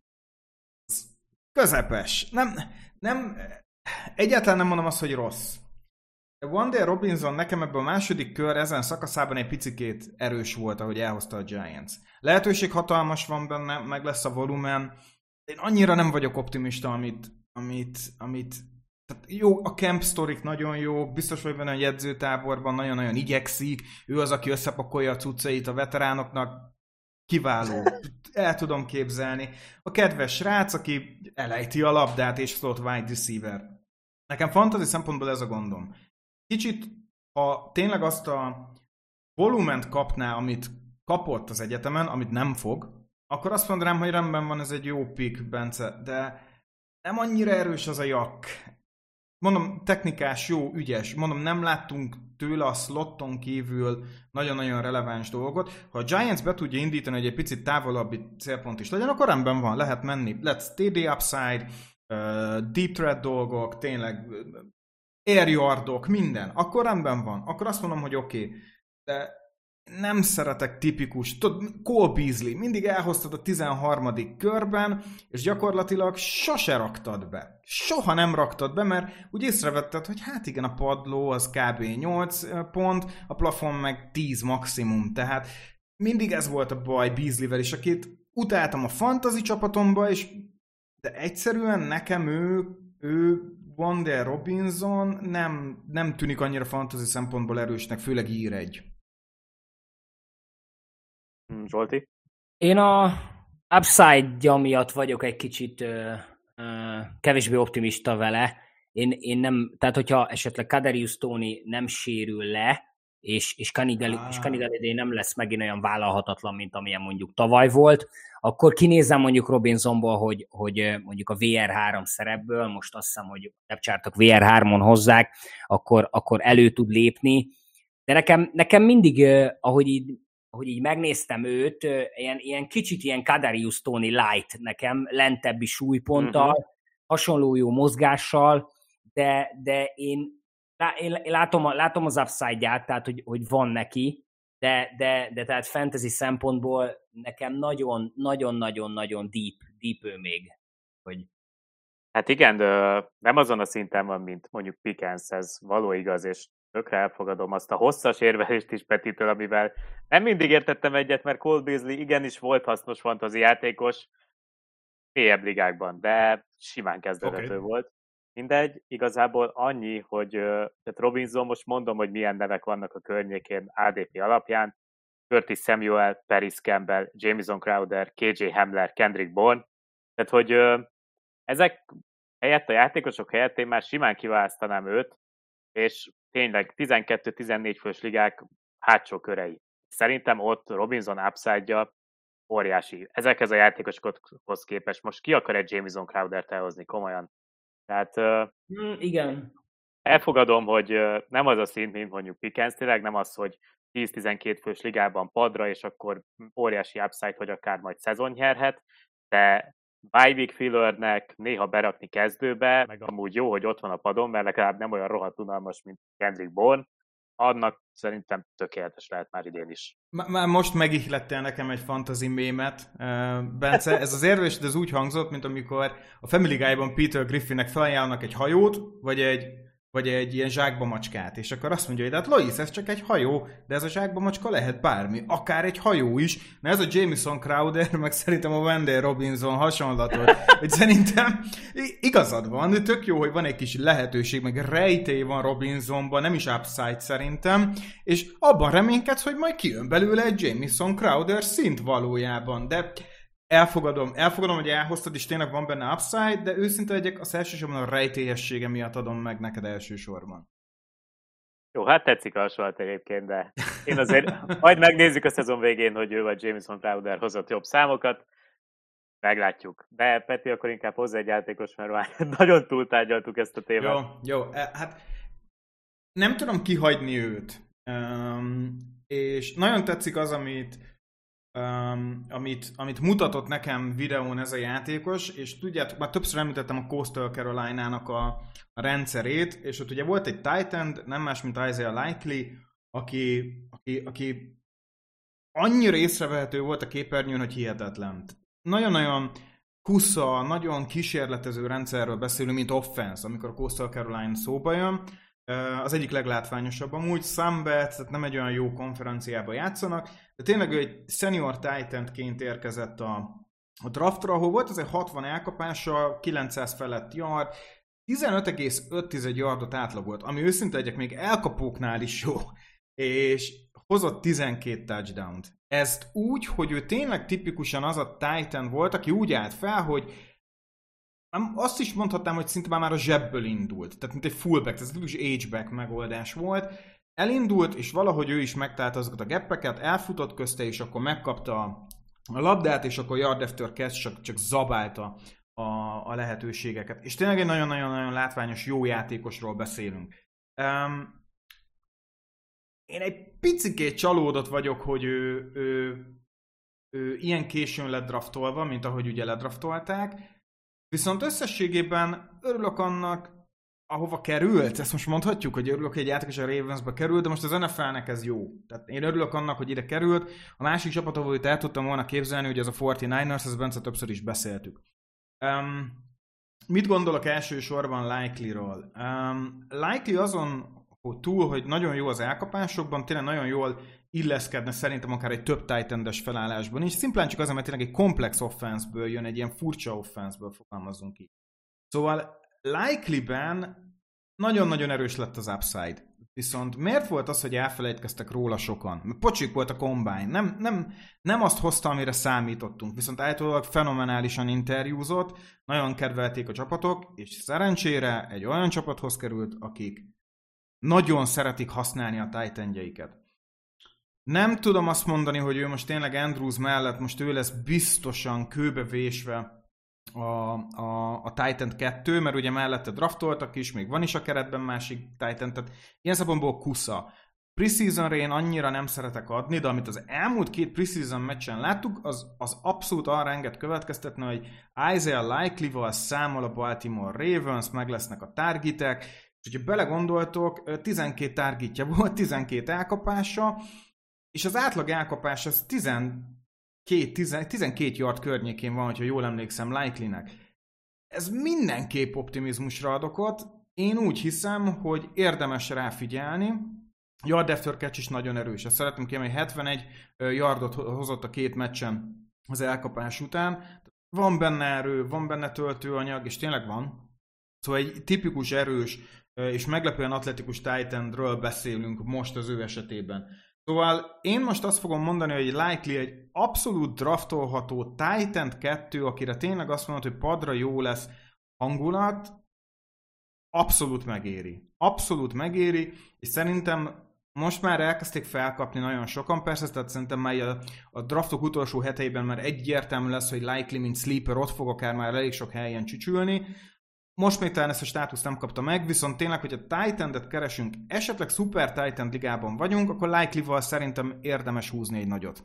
az közepes. Nem, nem, egyáltalán nem mondom azt, hogy rossz. Wendell Robinson nekem ebben a második kör ezen szakaszában egy picikét erős volt, ahogy elhozta a Giants. Lehetőség hatalmas van benne, meg lesz a volumen. Én annyira nem vagyok optimista, amit, amit, amit tehát jó, a camp sztorik nagyon jó, biztos vagy benne a jegyzőtáborban, nagyon-nagyon igyekszik, ő az, aki összepakolja a cuccait a veteránoknak, kiváló, el tudom képzelni. A kedves srác, aki elejti a labdát és slot wide receiver. nekem fantasy szempontból ez a gondom. Kicsit, ha tényleg azt a volument kapná, amit kapott az egyetemen, amit nem fog, akkor azt mondanám, hogy rendben van, ez egy jó pick, Bence, de nem annyira erős az a jak. Mondom, technikás, jó, ügyes. Mondom, nem láttunk tőle a sloton kívül nagyon-nagyon releváns dolgot. Ha a Giants be tudja indítani, hogy egy picit távolabbi célpont is legyen, akkor rendben van, lehet menni. Let's T D upside, uh, deep threat dolgok, tényleg uh, air yardok, minden. Akkor rendben van. Akkor azt mondom, hogy oké. Okay. De nem szeretek tipikus, tudod, Cole Beasley, mindig elhoztad a tizenharmadik körben, és gyakorlatilag sose raktad be. Soha nem raktad be, mert úgy észrevetted, hogy hát igen, a padló az kb. nyolc pont, a plafon meg tíz maximum, tehát mindig ez volt a baj Beasleyvel, és akit utáltam a fantasy csapatomba, és de egyszerűen nekem ő, ő Wander Robinson nem, nem tűnik annyira fantasy szempontból erősnek, főleg ír egy. Zsolti? Én a upside-ja miatt vagyok egy kicsit ö, ö, kevésbé optimista vele. Én, én nem, tehát hogyha esetleg Kadarius Toney nem sérül le, és, és Kanidalidé nem lesz megint olyan vállalhatatlan, mint amilyen mondjuk tavaly volt, akkor kinézem mondjuk Robinsonból, hogy, hogy mondjuk a vé er három szerepből, most azt hiszem, hogy depth-chartok vé er hármon hozzák, akkor, akkor elő tud lépni. De nekem, nekem mindig, ahogy így ahogy így megnéztem őt, ilyen, ilyen kicsit ilyen Kadarius Toney light nekem, lentebbi súlyponttal, uh-huh. hasonló jó mozgással, de, de én, én látom, látom az upside-ját, tehát hogy, hogy van neki, de, de, de tehát fantasy szempontból nekem nagyon-nagyon-nagyon-nagyon deep, deep ő még. Hogy... Hát igen, de nem azon a szinten van, mint mondjuk Pickens, ez való igaz, és tökre elfogadom azt a hosszas érvelést is Petitől, amivel nem mindig értettem egyet, mert Cole Beasley igenis volt hasznos fantasy játékos mélyebb ligákban, de simán kezdődhető okay. volt. Mindegy, igazából annyi, hogy tehát Robinson, most mondom, hogy milyen nevek vannak a környékén á dé pé alapján, Curtis Samuel, Paris Campbell, Jamison Crowder, ká jé Hamler, Kendrick Bourne, tehát hogy ezek helyett a játékosok helyett én már simán kiválasztanám őt, és tényleg tizenkettő-tizennégy fős ligák hátsó körei. Szerintem ott Robinson upside-ja óriási. Ezekhez a játékosokhoz képest most ki akar egy Jamison Crowdert elhozni komolyan? Tehát mm, igen. Elfogadom, hogy nem az a szint, mint mondjuk Pickens, tényleg nem az, hogy tíz-tizenkét fős ligában padra, és akkor óriási upside, hogy akár majd szezon nyerhet, de bye week fillernek néha berakni kezdőbe, meg amúgy jó, hogy ott van a padon, mert legalább nem olyan rohadt unalmas, mint Kendrick Bourne, annak szerintem tökéletes lehet már idén is. Már most megihlettél nekem egy fantasy mémet, Bence. Ez az érvelés, de ez úgy hangzott, mint amikor a Family Guy-ban Peter Griffinnek felajánlnak egy hajót, vagy egy, vagy egy ilyen zsákba macskát, és akkor azt mondja, hogy hát Lois, ez csak egy hajó, de ez a zsákba macska lehet bármi, akár egy hajó is, mert ez a Jamison Crowder, meg szerintem a Wander Robinson hasonlatot, hogy szerintem igazad van, de tök jó, hogy van egy kis lehetőség, meg rejtély van Robinsonban, nem is upside szerintem, és abban reménykedsz, hogy majd kijön belőle egy Jamison Crowder szint valójában, de Elfogadom, elfogadom, hogy elhoztad, és tényleg van benne upside, de őszinte legyek, az elsősorban a rejtélyessége miatt adom meg neked elsősorban. Jó, hát tetszik a hasonlat egyébként, de én azért majd megnézzük a szezon végén, hogy ő vagy Jamison Crowder hozott jobb számokat. Meglátjuk. De Peti, akkor inkább hozzá egy játékos, mert már nagyon túltárgyaltuk ezt a témát. Jó, jó. Hát nem tudom kihagyni őt. Um, és nagyon tetszik az, amit Um, amit, amit mutatott nekem videón ez a játékos, és tudjátok, már többször említettem a Coastal Carolina-nak a, a rendszerét, és ott ugye volt egy tight end, nem más, mint Isaiah Likely, aki, aki, aki annyira észrevehető volt a képernyőn, hogy hihetetlen. Nagyon-nagyon kusza, nagyon kísérletező rendszerről beszélünk, mint offense, amikor a Coastal Carolina szóba jön. Az egyik leglátványosabb amúgy, Sunbelt, tehát nem egy olyan jó konferenciába játszanak, de tényleg ő egy senior tight endként érkezett a, a draftra, ahol volt azért hatvan elkapása, kilencszáz felett yard, tizenöt egész öt yardot átlagolt, ami őszinte legyek még elkapóknál is jó, és hozott tizenkét touchdownt. Ezt úgy, hogy ő tényleg tipikusan az a tight end volt, aki úgy állt fel, hogy azt is mondhatnám, hogy szinte már a zsebből indult. Tehát mint egy fullback, ez egy H-back megoldás volt. Elindult, és valahogy ő is megtalálta azokat a geppeket, elfutott közte, és akkor megkapta a labdát, és akkor yard after catch csak, csak zabálta a, a lehetőségeket. És tényleg egy nagyon-nagyon-nagyon látványos, jó játékosról beszélünk. Um, én egy picikét csalódott vagyok, hogy ő, ő, ő ilyen későn lett draftolva, mint ahogy ugye ledraftolták. Viszont összességében örülök annak, ahova került. Ezt most mondhatjuk, hogy örülök, hogy egy játékos a Ravensbe került, de most az en ef el-nek ez jó. Tehát én örülök annak, hogy ide került. A másik csapat, ahol itt el tudtam volna képzelni, hogy az a negyvenkilencesek, ezt Bence többször is beszéltük. Um, mit gondolok elsősorban Likely-ról? Um, Likely azon hogy túl, hogy nagyon jó az elkapásokban, tényleg nagyon jól illeszkedne szerintem akár egy több tight endes felállásban is. Szimplán csak azért, mert tényleg egy komplex offenszből jön, egy ilyen furcsa offenszből fogalmazunk ki. Szóval Likely-ben nagyon-nagyon erős lett az upside. Viszont miért volt az, hogy elfelejtkeztek róla sokan? Mert pocsik volt a combine. Nem, nem, nem azt hozta, amire számítottunk. Viszont állítólag fenomenálisan interjúzott, nagyon kedvelték a csapatok, és szerencsére egy olyan csapathoz került, akik nagyon szeretik használni a tight endjeiket. Nem tudom azt mondani, hogy ő most tényleg Andrews mellett, most ő lesz biztosan kőbevésve a, a, a Titan kettő, mert ugye mellette draftoltak is, még van is a keretben másik Titan, tehát ilyen szempontból kusza. Preseasonre én annyira nem szeretek adni, de amit az elmúlt két preseason meccsen láttuk, az, az abszolút arra enged következtetni, hogy Isaiah Likely-val számol a Baltimore Ravens, meg lesznek a targetek, és hogyha belegondoltok, tizenkét targetja volt, tizenkét elkapása, és az átlag elkapás az tizenkét, tizenkét yard környékén van, hogyha jól emlékszem, Likely-nek. Ez mindenképp optimizmusra ad okot. Én úgy hiszem, hogy érdemes ráfigyelni. Yard after catch is nagyon erős. Ezt szeretném kiemelni, hogy hetvenegy yardot hozott a két meccsen az elkapás után. Van benne erő, van benne töltőanyag, és tényleg van. Szóval egy tipikus erős és meglepően atletikus tight endről beszélünk most az ő esetében. Szóval én most azt fogom mondani, hogy Likely egy abszolút draftolható tight end kettő, akire tényleg azt mondod, hogy padra jó lesz hangulat, abszolút megéri. Abszolút megéri, és szerintem most már elkezdték felkapni nagyon sokan, persze, tehát szerintem már a, a draftok utolsó heteiben már egyértelmű lesz, hogy Likely, mint sleeper ott fog akár már elég sok helyen csücsülni. Most még talán ezt a státuszt nem kapta meg, viszont tényleg, hogyha tight endet keresünk, esetleg szuper tight end ligában vagyunk, akkor Likely-val szerintem érdemes húzni egy nagyot.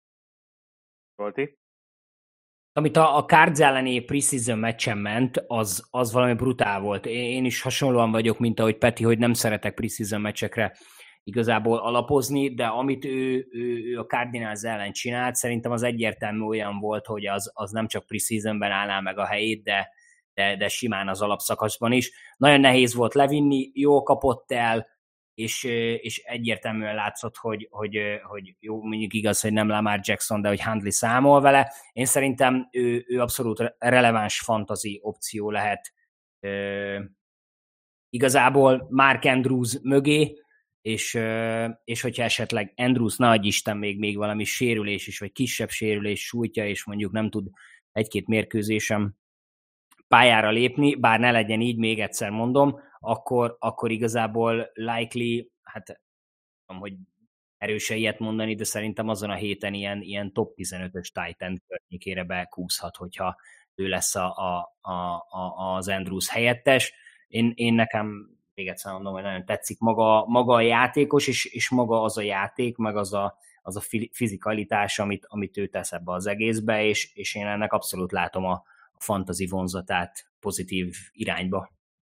Volti? Amit a, a Cards elleni preseason meccsen ment, az, az valami brutál volt. Én is hasonlóan vagyok, mint ahogy Peti, hogy nem szeretek preseason meccsekre igazából alapozni, de amit ő, ő, ő a Cardinals ellen csinált, szerintem az egyértelmű olyan volt, hogy az, az nem csak preseasonben állná meg a helyét, de De, de simán az alapszakaszban is. Nagyon nehéz volt levinni, jól kapott el, és, és egyértelműen látszott, hogy, hogy, hogy jó, mondjuk igaz, hogy nem Lamar Jackson, de hogy Hundley számol vele. Én szerintem ő, ő abszolút releváns fantasy opció lehet e, igazából Mark Andrews mögé, és, és hogyha esetleg Andrews, ne adj Isten, még, még valami sérülés is, vagy kisebb sérülés sújtja, és mondjuk nem tud egy-két mérkőzésem pályára lépni, bár ne legyen így, még egyszer mondom, akkor, akkor igazából Likely, hát tudom, hogy erőse ilyet mondani, de szerintem azon a héten ilyen, ilyen top tizenötös tight end környékére bekúszhat, hogyha ő lesz a, a, a, a, az Andrews helyettes. Én, én nekem még egyszer mondom, hogy nagyon tetszik maga, maga a játékos, és, és maga az a játék, meg az a, az a fizikalitás, amit, amit ő tesz ebbe az egészbe, és, és én ennek abszolút látom a a fantasy vonzatát pozitív irányba.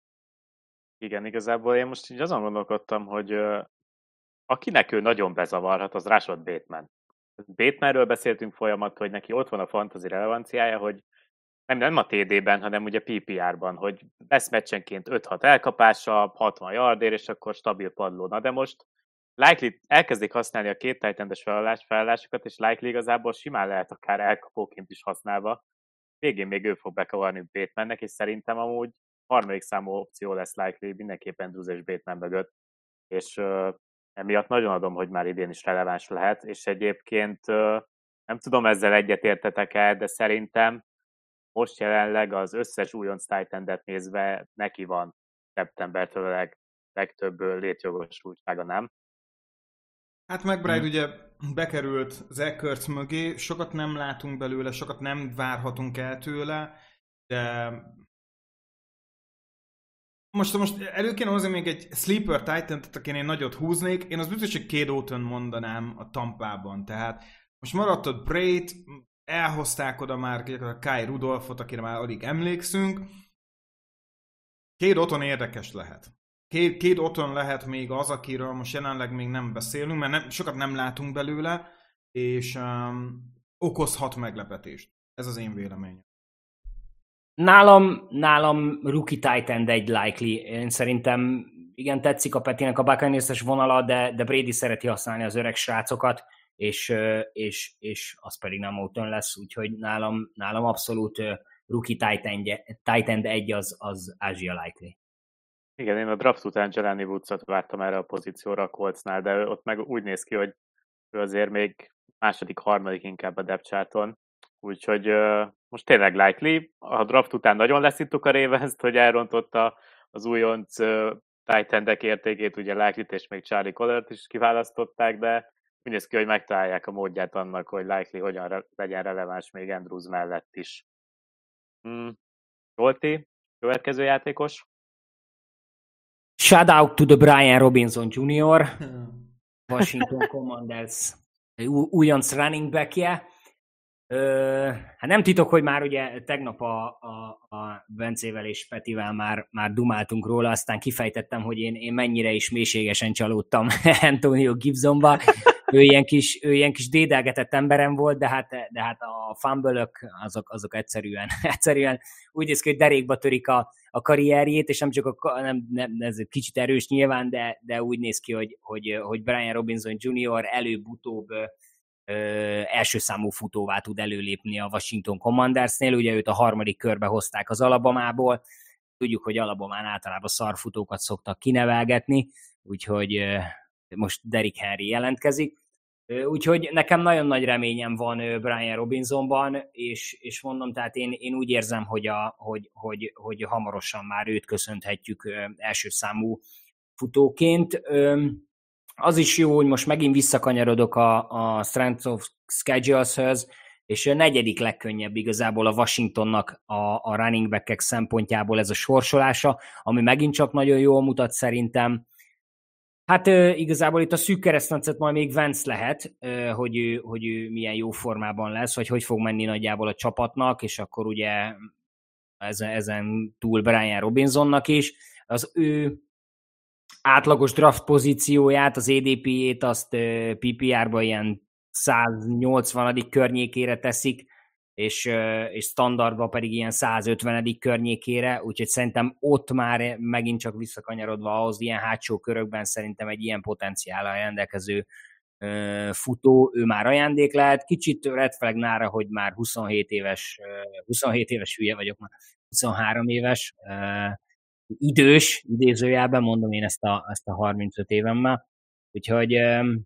Igen, igazából én most így azon gondolkodtam, hogy uh, akinek ő nagyon bezavarhat, az Rashad Bateman. Batemanről beszéltünk folyamat, hogy neki ott van a fantasy relevanciája, hogy nem, nem a té dében, hanem ugye pé pé er-ban, hogy lesz meccsenként öt-hat elkapása, hatvan yardér, és akkor stabil padló. Na de most Likely elkezdik használni a két tight endes felállásokat, és Likely igazából simán lehet akár elkapóként is használva. Végén még ő fog bekavarni Batemannek, és szerintem amúgy harmadik számú opció lesz Likely mindenképpen Andrews és Bateman mögött, és uh, emiatt nagyon adom, hogy már idén is releváns lehet, és egyébként uh, nem tudom ezzel egyetértetek el, de szerintem most jelenleg az összes újonc tight endet nézve neki van szeptembertől a leg, legtöbb létjogosultsága, nem? Hát McBride hmm. ugye bekerült Zach Ertz mögé, sokat nem látunk belőle, sokat nem várhatunk el tőle, de most, most elő kéne hozni még egy sleeper Titan-t, akin én nagyot húznék, én az biztos, hogy Cade Otton mondanám a Tampában, tehát most maradt ott Braid, elhozták oda már a Kyle Rudolphot, akire már alig emlékszünk. Cade Otton érdekes lehet. Cade, Cade Otton lehet még az, akiről most jelenleg még nem beszélünk, mert nem, sokat nem látunk belőle, és um, okozhat meglepetést. Ez az én véleményem. Nálam, nálam rookie tight end egy likely. Én szerintem igen, tetszik a Petinek a Buccaneers-es vonala, de, de Brady szereti használni az öreg srácokat, és, és, és az pedig nem Otton lesz, úgyhogy nálam, nálam abszolút rookie tight end, tight end egy az, az Asia likely. Igen, én a draft után Jelani Woods-ot vártam erre a pozícióra a Coltsnál, de ott meg úgy néz ki, hogy ő azért még második, harmadik inkább a depth charton, úgyhogy uh, most tényleg likely. A draft után nagyon leszittuk a Ravens-t, hogy elrontotta az újonc uh, tight endek értékét, ugye likely-t és még Charlie Collert is kiválasztották, de úgy néz ki, hogy megtalálják a módját annak, hogy likely hogyan re- legyen releváns még Andrews mellett is. Hmm. Zsolti, következő játékos? Shout out to the Brian Robinson junior Washington Commanders újonc running backje. Ö, hát nem titok, hogy már ugye tegnap a, a, a Bencével és Petivel már, már dumáltunk róla, aztán kifejtettem, hogy én, én mennyire is mélységesen csalódtam Antonio Gibsonba. Ő ilyen kis, ő ilyen kis dédelgetett emberem volt, de hát, de hát a fumble-ök azok, azok egyszerűen, egyszerűen úgy néz ki, hogy derékba törik a, a karrierjét, és nem csak a, nem, nem, ez kicsit erős nyilván, de, de úgy néz ki, hogy, hogy, hogy Brian Robinson junior előbb-utóbb ö, első számú futóvá tud előlépni a Washington Commandersnél. Ugye őt a harmadik körbe hozták az Alabamából. Tudjuk, hogy Alabamán általában szarfutókat szoktak kinevelgetni, úgyhogy ö, most Derrick Henry jelentkezik. Úgyhogy nekem nagyon nagy reményem van Brian Robinsonban, és, és mondom, tehát én, én úgy érzem, hogy, a, hogy, hogy, hogy hamarosan már őt köszönhetjük első számú futóként. Az is jó, hogy most megint visszakanyarodok a, a Strength of Schedules-höz, és a negyedik legkönnyebb igazából a Washingtonnak a, a running back-ek szempontjából ez a sorsolása, ami megint csak nagyon jól mutat szerintem. Hát igazából itt a szűk keresztmetszet majd még Vance lehet, hogy ő, hogy ő milyen jó formában lesz, vagy hogy fog menni nagyjából a csapatnak, és akkor ugye ezen, ezen túl Brian Robinsonnak is. Az ő átlagos draft pozícióját, az á dé pé-jét azt pé pé er-ba ilyen száznyolcvanadik környékére teszik, és, és standardban pedig ilyen százötvenedik környékére, úgyhogy szerintem ott már megint csak visszakanyarodva ahhoz, ilyen hátsó körökben szerintem egy ilyen potenciállal rendelkező futó, ő már ajándék lehet. Kicsit red flag nára, hogy már huszonhét éves, huszonhét éves hülye vagyok, már huszonhárom éves, idős, idézőjelben mondom én ezt a, ezt a harmincöt évemmel, úgyhogy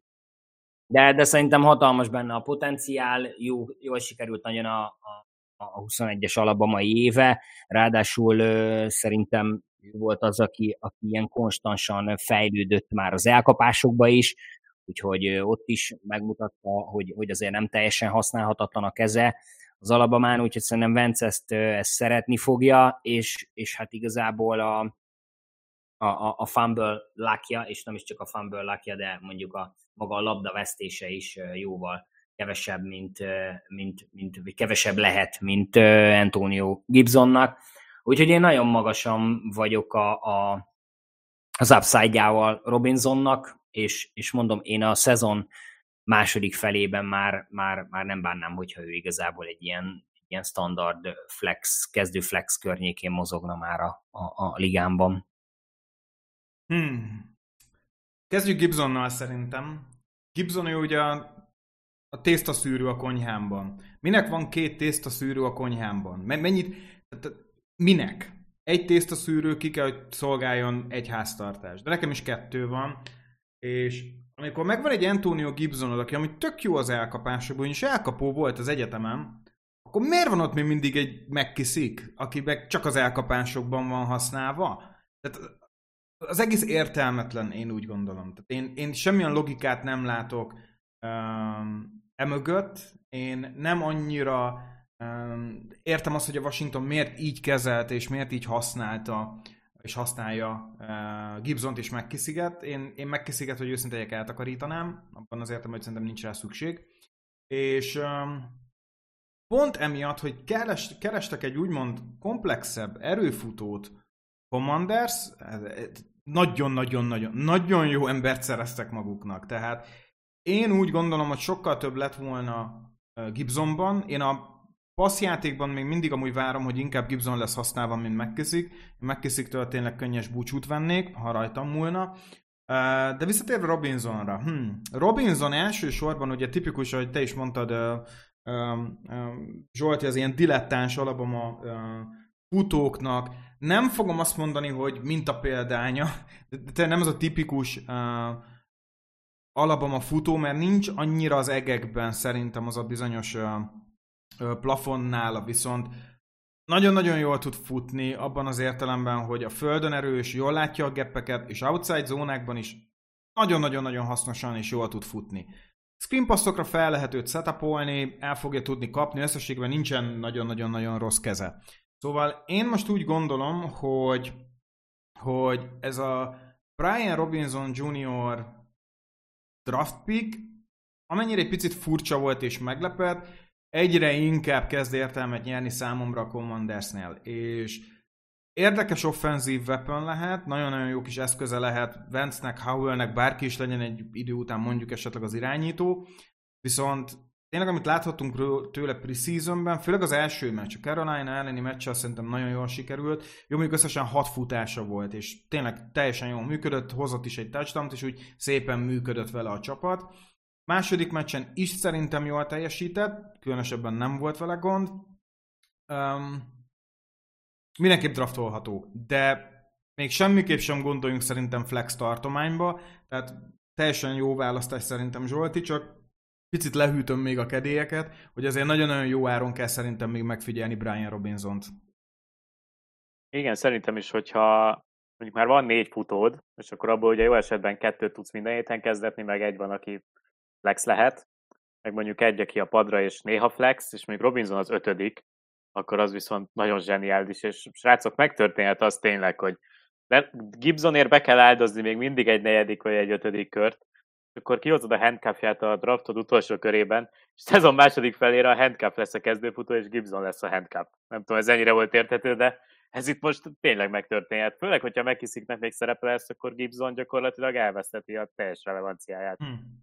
De, de szerintem hatalmas benne a potenciál, jó, jól sikerült nagyon a, a, a huszonegyes alabamai éve, ráadásul ö, szerintem volt az, aki, aki ilyen konstansan fejlődött már az elkapásokba is, úgyhogy ö, ott is megmutatta, hogy, hogy azért nem teljesen használhatatlan a keze az Alabamán, úgyhogy szerintem Vance ezt, ezt szeretni fogja, és, és hát igazából a, a, a fumble luckja, és nem is csak a fumble luckja, de mondjuk a maga a labda vesztése is jóval kevesebb, mint, mint, mint, mint kevesebb lehet, mint Antonio Gibsonnak. Úgyhogy én nagyon magasan vagyok a, a, az upside-jával Robinsonnak, és, és mondom, én a szezon második felében már, már, már nem bánnám, hogyha ő igazából egy ilyen, ilyen standard flex, kezdő flex környékén mozogna már a, a, a ligámban. Hmm. Kezdjük Gibsonnal szerintem. Gibson ő ugye a, a tésztaszűrő a konyhámban. Minek van két tésztaszűrő a konyhámban? Mennyit? Minek? Egy tésztaszűrő ki kell, hogy szolgáljon egy háztartást. De nekem is kettő van. És amikor megvan egy Antonio Gibsonod, aki ami tök jó az elkapásokban, és elkapó volt az egyetemen, akkor miért van ott még mindig egy McKissick, aki meg csak az elkapásokban van használva? Tehát az egész értelmetlen, én úgy gondolom. Tehát én, én semmilyen logikát nem látok um, emögött. Én nem annyira um, értem azt, hogy a Washington miért így kezelte és miért így használta és használja uh, Gibsont és McKissicket. Én, én McKissicket, hogy őszintén eltakarítanám, abban az értem, hogy szerintem nincs rá szükség. És um, pont emiatt, hogy keres, kerestek egy úgymond komplexebb erőfutót, Commanders, nagyon-nagyon-nagyon nagyon jó embert szereztek maguknak. Tehát én úgy gondolom, hogy sokkal több lett volna Gibsonban. Én a passzjátékban még mindig amúgy várom, hogy inkább Gibson lesz használva, mint McKissick. McKissick-től tényleg könnyes búcsút vennék, ha rajtam múlna. De visszatérve Robinsonra. Hmm. Robinson elsősorban, ugye tipikus, ahogy te is mondtad, Zsolti, az ilyen dilettáns Alabama futóknak. Nem fogom azt mondani, hogy mintapéldánya, de nem az a tipikus uh, Alabama futó, mert nincs annyira az egekben szerintem az a bizonyos uh, uh, plafon nála, viszont nagyon-nagyon jól tud futni abban az értelemben, hogy a földön erős, jól látja a geppeket, és outside zónákban is nagyon-nagyon-nagyon hasznosan és jól tud futni. Screen passzokra fel lehet őt setupolni, el fogja tudni kapni, összességben nincsen nagyon-nagyon-nagyon rossz keze. Szóval én most úgy gondolom, hogy, hogy ez a Brian Robinson junior draft pick, amennyire egy picit furcsa volt és meglepett, egyre inkább kezd értelmet nyerni számomra a Commandersnél. És érdekes offenzív weapon lehet, nagyon-nagyon jó kis eszköze lehet Vance-nek, Howell-nek, bárki is legyen egy idő után mondjuk esetleg az irányító, viszont tényleg, amit láthattunk tőle preseasonben, főleg az első meccs, a Carolina elleni meccsel szerintem nagyon jól sikerült. Jó, mondjuk összesen hat futása volt, és tényleg teljesen jól működött, hozott is egy touchdownt, és úgy szépen működött vele a csapat. Második meccsen is szerintem jól teljesített, különösebben nem volt vele gond. Um, mindenképp draftolható, de még semmiképp sem gondoljunk szerintem flex tartományba, tehát teljesen jó választás szerintem Zsolti, csak picit lehűtöm még a kedélyeket, hogy azért nagyon-nagyon jó áron kell szerintem még megfigyelni Brian Robinsont. Igen, szerintem is, hogyha mondjuk már van négy futód, és akkor abból ugye jó esetben kettőt tudsz minden héten kezdetni, meg egy van, aki flex lehet, meg mondjuk egy, aki a padra és néha flex, és még Robinson az ötödik, akkor az viszont nagyon zseniális, és srácok, megtörténhet az tényleg, hogy Gibsonért be kell áldozni még mindig egy negyedik vagy egy ötödik kört, akkor kihozod a handcuffját a draftod utolsó körében, és szezon második felére a handcuff lesz a kezdőfutó, és Gibson lesz a handcuff. Nem tudom, ez ennyire volt érthető, de ez itt most tényleg megtörténhet. Főleg, hogyha McKissicknek még szerepe lesz, akkor Gibson gyakorlatilag elveszteti a teljes relevanciáját. Hmm.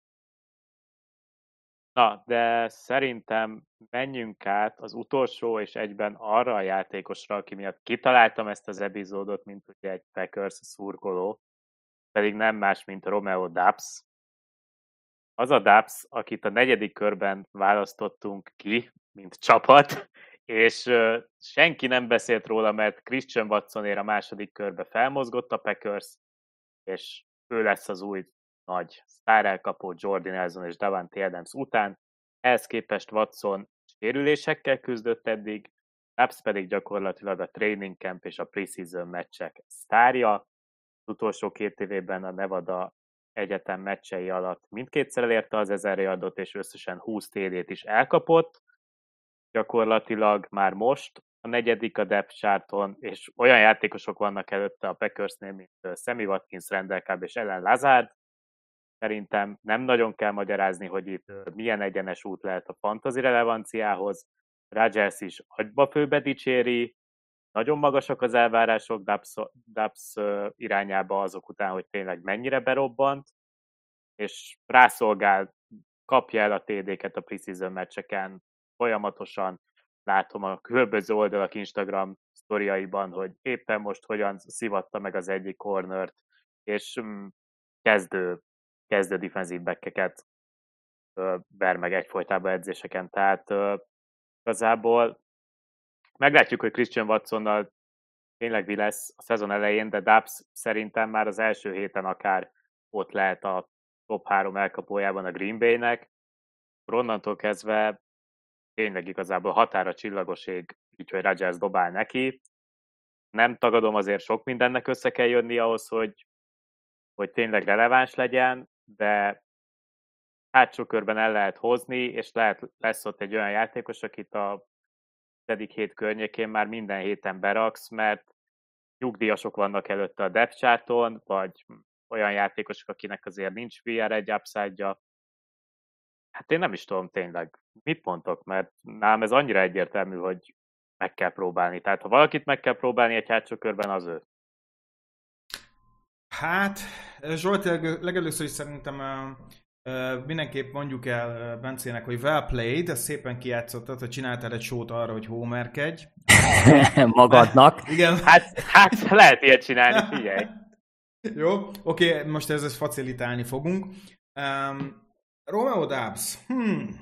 Na, de szerintem menjünk át az utolsó és egyben arra a játékosra, aki miatt kitaláltam ezt az epizódot, mint ugye egy Packers szurkoló, pedig nem más, mint a Romeo Doubs. Az a Doubs, akit a negyedik körben választottunk ki, mint csapat, és uh, senki nem beszélt róla, mert Christian Watsonért a második körbe felmozgott a Packers, és ő lesz az új nagy sztárelkapó Jordy Nelson és Davante Adams után. Ehhez képest Watson sérülésekkel küzdött eddig, Doubs pedig gyakorlatilag a training camp és a preseason meccsek sztárja. Az utolsó két évében a Nevada egyetem meccsei alatt mindkétszer elérte az ezer yardot, és összesen húsz té dét is elkapott. Gyakorlatilag már most a negyedik a depth charton, és olyan játékosok vannak előtte a Packersnél, mint Sammy Watkins, Randall Cobb és Ellen Lazard. Szerintem nem nagyon kell magyarázni, hogy itt milyen egyenes út lehet a fantasy relevanciához. Rodgers is agyba főbe dicséri, nagyon magasak az elvárások Doubs, Doubs irányába azok után, hogy tényleg mennyire berobbant, és rászolgál, kapja el a té déket a preseason meccseken. Folyamatosan látom a különböző oldalak Instagram sztoriaiban, hogy éppen most hogyan szivatta meg az egyik cornert, és mm, kezdő, kezdő defensive backeket ver meg egyfolytában edzéseken. Tehát uh, igazából meglátjuk, hogy Christian Watsonnal tényleg mi lesz a szezon elején, de Doubs szerintem már az első héten akár ott lehet a top három elkapójában a Green Baynek. Onnantól kezdve tényleg igazából határa csillagos ég, így, hogy Rodgers dobál neki. Nem tagadom, azért sok mindennek össze kell jönni ahhoz, hogy, hogy tényleg releváns legyen, de hátsó körben el lehet hozni, és lehet, lesz ott egy olyan játékos, akit a tizedik hét környékén már minden héten beraksz, mert nyugdíjasok vannak előtte a depth charton, vagy olyan játékosok, akinek azért nincs vé er egy upside-ja. Hát én nem is tudom tényleg, mit mondtok, mert nálam ez annyira egyértelmű, hogy meg kell próbálni. Tehát ha valakit meg kell próbálni egy hátsó körben, az ő. Hát, Zsolt, legelőször is szerintem uh, mindenképp mondjuk el Bencének, hogy well played, ezt szépen kijátszottad, hogy csináltál egy sót arra, hogy homerkedj. Magadnak. Igen. Hát, hát lehet ilyet csinálni, figyelj. Jó, oké, okay, most ezzel facilitálni fogunk. Um, Romeo Doubs. Hmm.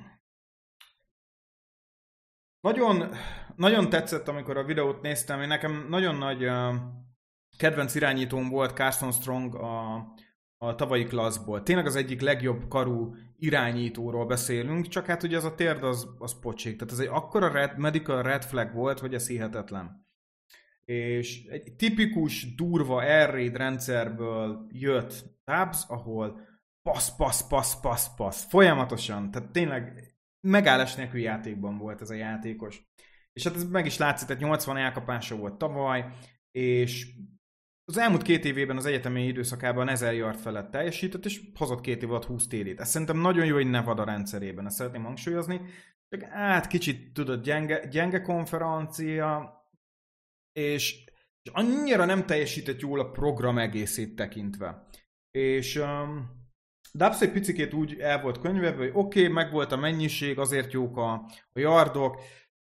Nagyon, nagyon tetszett, amikor a videót néztem. Én nekem nagyon nagy uh, kedvenc irányítóm volt Carson Strong a, a tavalyi klasszból. Tényleg az egyik legjobb karú irányítóról beszélünk, csak hát ugye az a térd az, az pocsék. Tehát ez egy akkora red, medical red flag volt, hogy ez hihetetlen. És egy tipikus, durva air raid rendszerből jött Doubs, ahol passz, passz, passz, passz, passz, folyamatosan, tehát tényleg megállás nélkül játékban volt ez a játékos. És hát ez meg is látszik, tehát nyolcvan elkapása volt tavaly, és az elmúlt két évében az egyetemi időszakában ezer yard felett teljesített, és hozott két év alatt húsz té dét. Ez szerintem nagyon jó, hogy Nevada rendszerében, ezt szeretném hangsúlyozni. Csak hát kicsit, tudod, gyenge, gyenge konferencia, és, és annyira nem teljesített jól a program egészét tekintve. És um, Doubs egy picikét úgy el volt könyvelve, hogy oké, okay, meg volt a mennyiség, azért jók a, a yardok.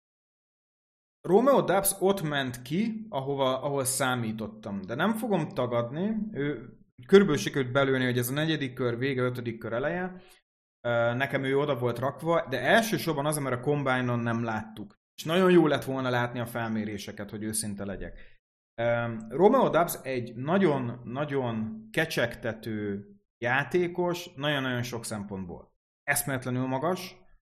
Romeo Doubs ott ment ki, ahova, ahol számítottam, de nem fogom tagadni, ő körülbelül sikerült belőni, hogy ez a negyedik kör vége, ötödik kör eleje, nekem ő oda volt rakva, de elsősorban az, mert a Combine-on nem láttuk. És nagyon jó lett volna látni a felméréseket, hogy őszinte legyek. Romeo Doubs egy nagyon-nagyon kecsegtető játékos, nagyon-nagyon sok szempontból. Eszméletlenül magas,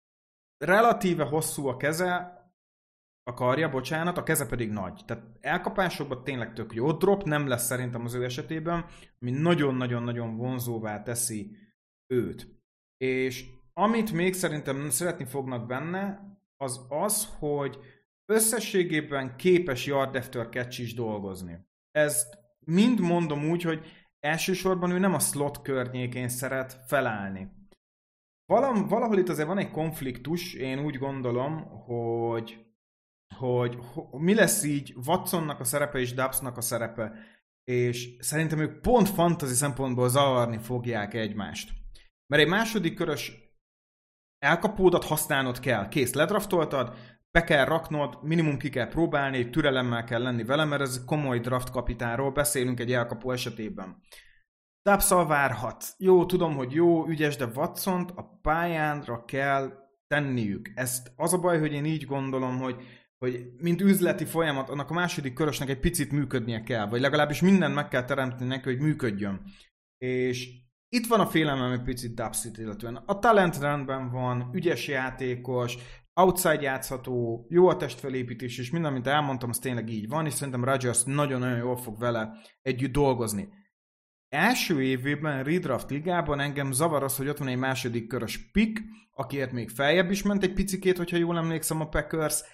relatíve hosszú a keze, a karja, bocsánat, a keze pedig nagy. Tehát elkapásokban tényleg tök jó. Drop nem lesz szerintem az ő esetében, ami nagyon-nagyon-nagyon vonzóvá teszi őt. És amit még szerintem szeretni fognak benne, az az, hogy összességében képes yard after catch is dolgozni. Ezt mind mondom úgy, hogy elsősorban ő nem a slot környékén szeret felállni. Valam, valahol itt azért van egy konfliktus, én úgy gondolom, hogy, hogy, hogy mi lesz így Watsonnak a szerepe és Doubsnak a szerepe, és szerintem ők pont fantasy szempontból zavarni fogják egymást. Mert egy második körös elkapódat használnod kell. Kész, ledraftoltad, be kell raknod, minimum ki kell próbálni, türelemmel kell lenni vele, mert ez komoly draft kapitánról beszélünk egy elkapó esetében. Doubs-szal várhat. Jó, tudom, hogy jó, ügyes, de Watsont a pályánra kell tenniük. Ezt az a baj, hogy én így gondolom, hogy, hogy mint üzleti folyamat, annak a második körösnek egy picit működnie kell, vagy legalábbis mindent meg kell teremteni neki, hogy működjön. És itt van a félelmem egy picit Doubs-t illetően. A talent rendben van, ügyes játékos, outside játszható, jó a testfelépítés, és minden, amit elmondtam, az tényleg így van, és szerintem Rodgers nagyon-nagyon jól fog vele együtt dolgozni. Első évében redraft ligában engem zavar az, hogy ott van egy második körös pick, akiért még feljebb is ment egy picikét, hogyha jól emlékszem a Packers.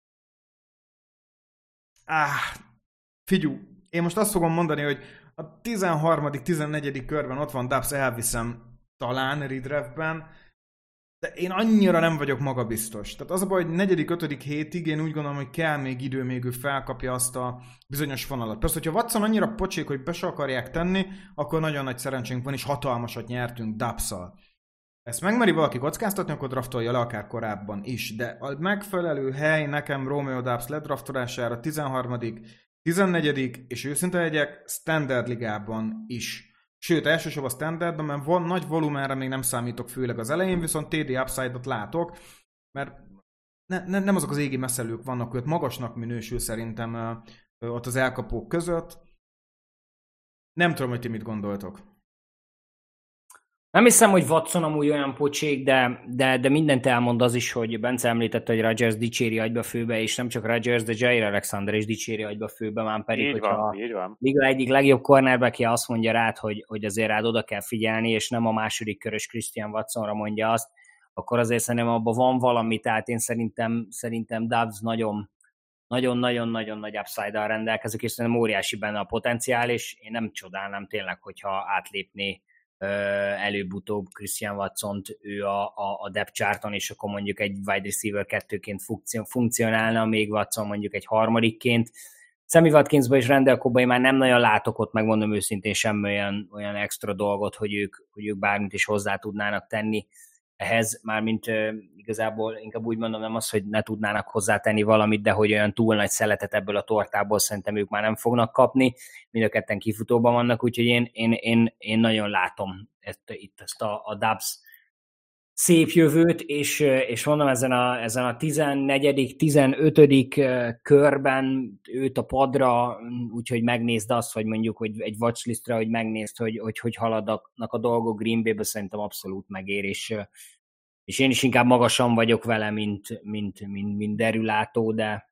Áh, figyú, én most azt fogom mondani, hogy a tizenharmadik tizennegyedik körben ott van Doubs, elviszem talán redraftben, de én annyira nem vagyok magabiztos. Tehát az a baj, hogy negyedik ötödik hétig én úgy gondolom, hogy kell még idő, még ő felkapja azt a bizonyos vonalat. Persze, hogyha Watson annyira pocsék, hogy be se akarják tenni, akkor nagyon nagy szerencsénk van, és hatalmasat nyertünk Doubs-szal. Ezt megmeri valaki kockáztatni, akkor draftolja le akár korábban is. De a megfelelő hely nekem Romeo Doubs ledraftolására tizenharmadik tizennegyedik és őszinte legyek, standard ligában is. Sőt, elsősorban a standardban, mert van, nagy volumenre még nem számítok, főleg az elején, viszont té dé upside-ot látok, mert ne, ne, nem azok az égi messzelők vannak, őt magasnak minősül szerintem ö, ott az elkapók között. Nem tudom, hogy ti mit gondoltok. Nem hiszem, hogy Watson amúgy olyan pocsék, de, de, de mindent elmond az is, hogy Bence említette, hogy Rodgers dicséri agyba főbe, és nem csak Rodgers, de Jair Alexander is dicséri agyba főbe, már pedig, így hogyha van, így van. liga egyik legjobb cornerbackje azt mondja rád, hogy, hogy azért rád oda kell figyelni, és nem a második körös Christian Watsonra mondja azt, akkor azért szerintem abban van valami, tehát én szerintem, szerintem Dobbs nagyon nagyon-nagyon-nagyon nagy upside-dal rendelkezik, és szerintem óriási benne a potenciál, és én nem csodálnám tényleg, hogyha átlépné előbb-utóbb Christian Watsont ő a, a, a depth charton, és akkor mondjuk egy wide receiver kettőként funkcionálna, még Watson mondjuk egy harmadikként. Sammy Watkinsban és Randall Cobbban már nem nagyon látok ott, megmondom őszintén, semmi olyan, olyan extra dolgot, hogy ők, hogy ők bármit is hozzá tudnának tenni ehhez, mármint uh, igazából inkább úgy mondom, nem az, hogy ne tudnának hozzátenni valamit, de hogy olyan túl nagy szeletet ebből a tortából szerintem ők már nem fognak kapni, mind a ketten kifutóban vannak, úgyhogy én, én, én, én nagyon látom ezt, itt ezt a, a Dobbs szép jövőt, és, és mondom, ezen a, ezen a tizennegyedik tizenötödik körben őt a padra, úgyhogy megnézd azt, hogy mondjuk hogy egy watchlistra, hogy megnézd, hogy hogy, hogy haladnak a dolgok Green Bay-be, szerintem abszolút megér, és, és én is inkább magasan vagyok vele, mint, mint, mint, mint derülátó, de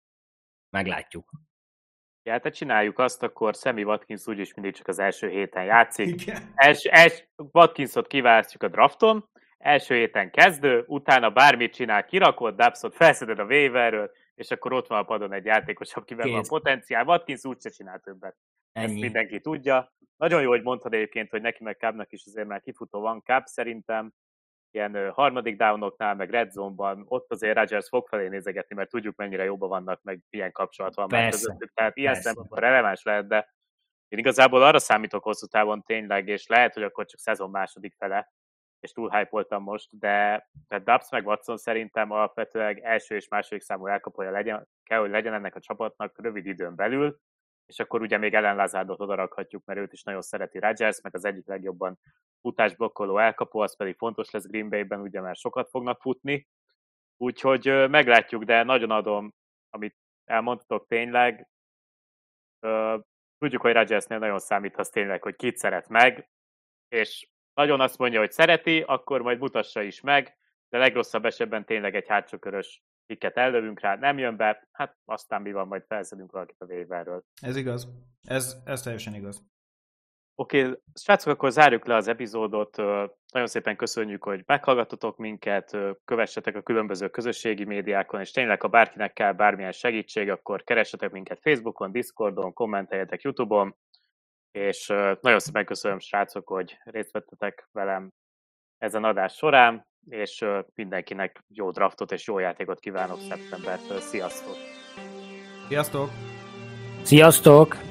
meglátjuk. Ja, hát csináljuk azt, akkor Sammy Watkins úgyis mindig csak az első héten játszik. Els, els, Watkinsot kiválasztjuk a drafton, első héten kezdő, utána bármit csinál, kirakod, Dobbsot felszeded a waiverről, és akkor ott van a padon egy játékos, akiben van potenciál. Watkins úgyse csinál többet. Ennyi. Ezt mindenki tudja. Nagyon jó, hogy mondtad egyébként, hogy neki meg Cobbnak is azért már kifutó van. Cobb szerintem ilyen harmadik downoknál, meg red zone-ban, ott azért Rodgers fog felé nézegetni, mert tudjuk, mennyire jobban vannak, meg milyen kapcsolat van már közöttük. Tehát ilyen szempontból releváns lehet, de én igazából arra számítok hosszú távon tényleg, és lehet, hogy akkor csak szezon második fele, és túl hype-oltam most, de tehát Dobbs meg Watson szerintem alapvetően első és második számú elkapója legyen, kell, hogy legyen ennek a csapatnak rövid időn belül, és akkor ugye még Ellen Lazardot odarakhatjuk, mert őt is nagyon szereti Rodgers, meg az egyik legjobban futásblokkoló elkapó, az pedig fontos lesz Green Bay-ben, ugye már sokat fognak futni, úgyhogy meglátjuk, de nagyon adom, amit elmondtatok tényleg. Tudjuk, hogy Rodgersnél nagyon számíthatsz tényleg, hogy kit szeret meg, és nagyon azt mondja, hogy szereti, akkor majd mutassa is meg, de legrosszabb esetben tényleg egy hátsókörös picket ellövünk rá, nem jön be, hát aztán mi van, majd felszedünk valakit a waiverről. Ez igaz. Ez, ez teljesen igaz. Oké, okay, srácok, akkor zárjuk le az epizódot. Nagyon szépen köszönjük, hogy meghallgattatok minket, kövessetek a különböző közösségi médiákon, és tényleg, ha bárkinek kell bármilyen segítség, akkor keressetek minket Facebookon, Discordon, kommenteljetek YouTube-on, és nagyon szépen köszönöm, srácok, hogy részt vettetek velem ezen adás során, és mindenkinek jó draftot és jó játékot kívánok szeptembertől. Sziasztok! Sziasztok! Sziasztok!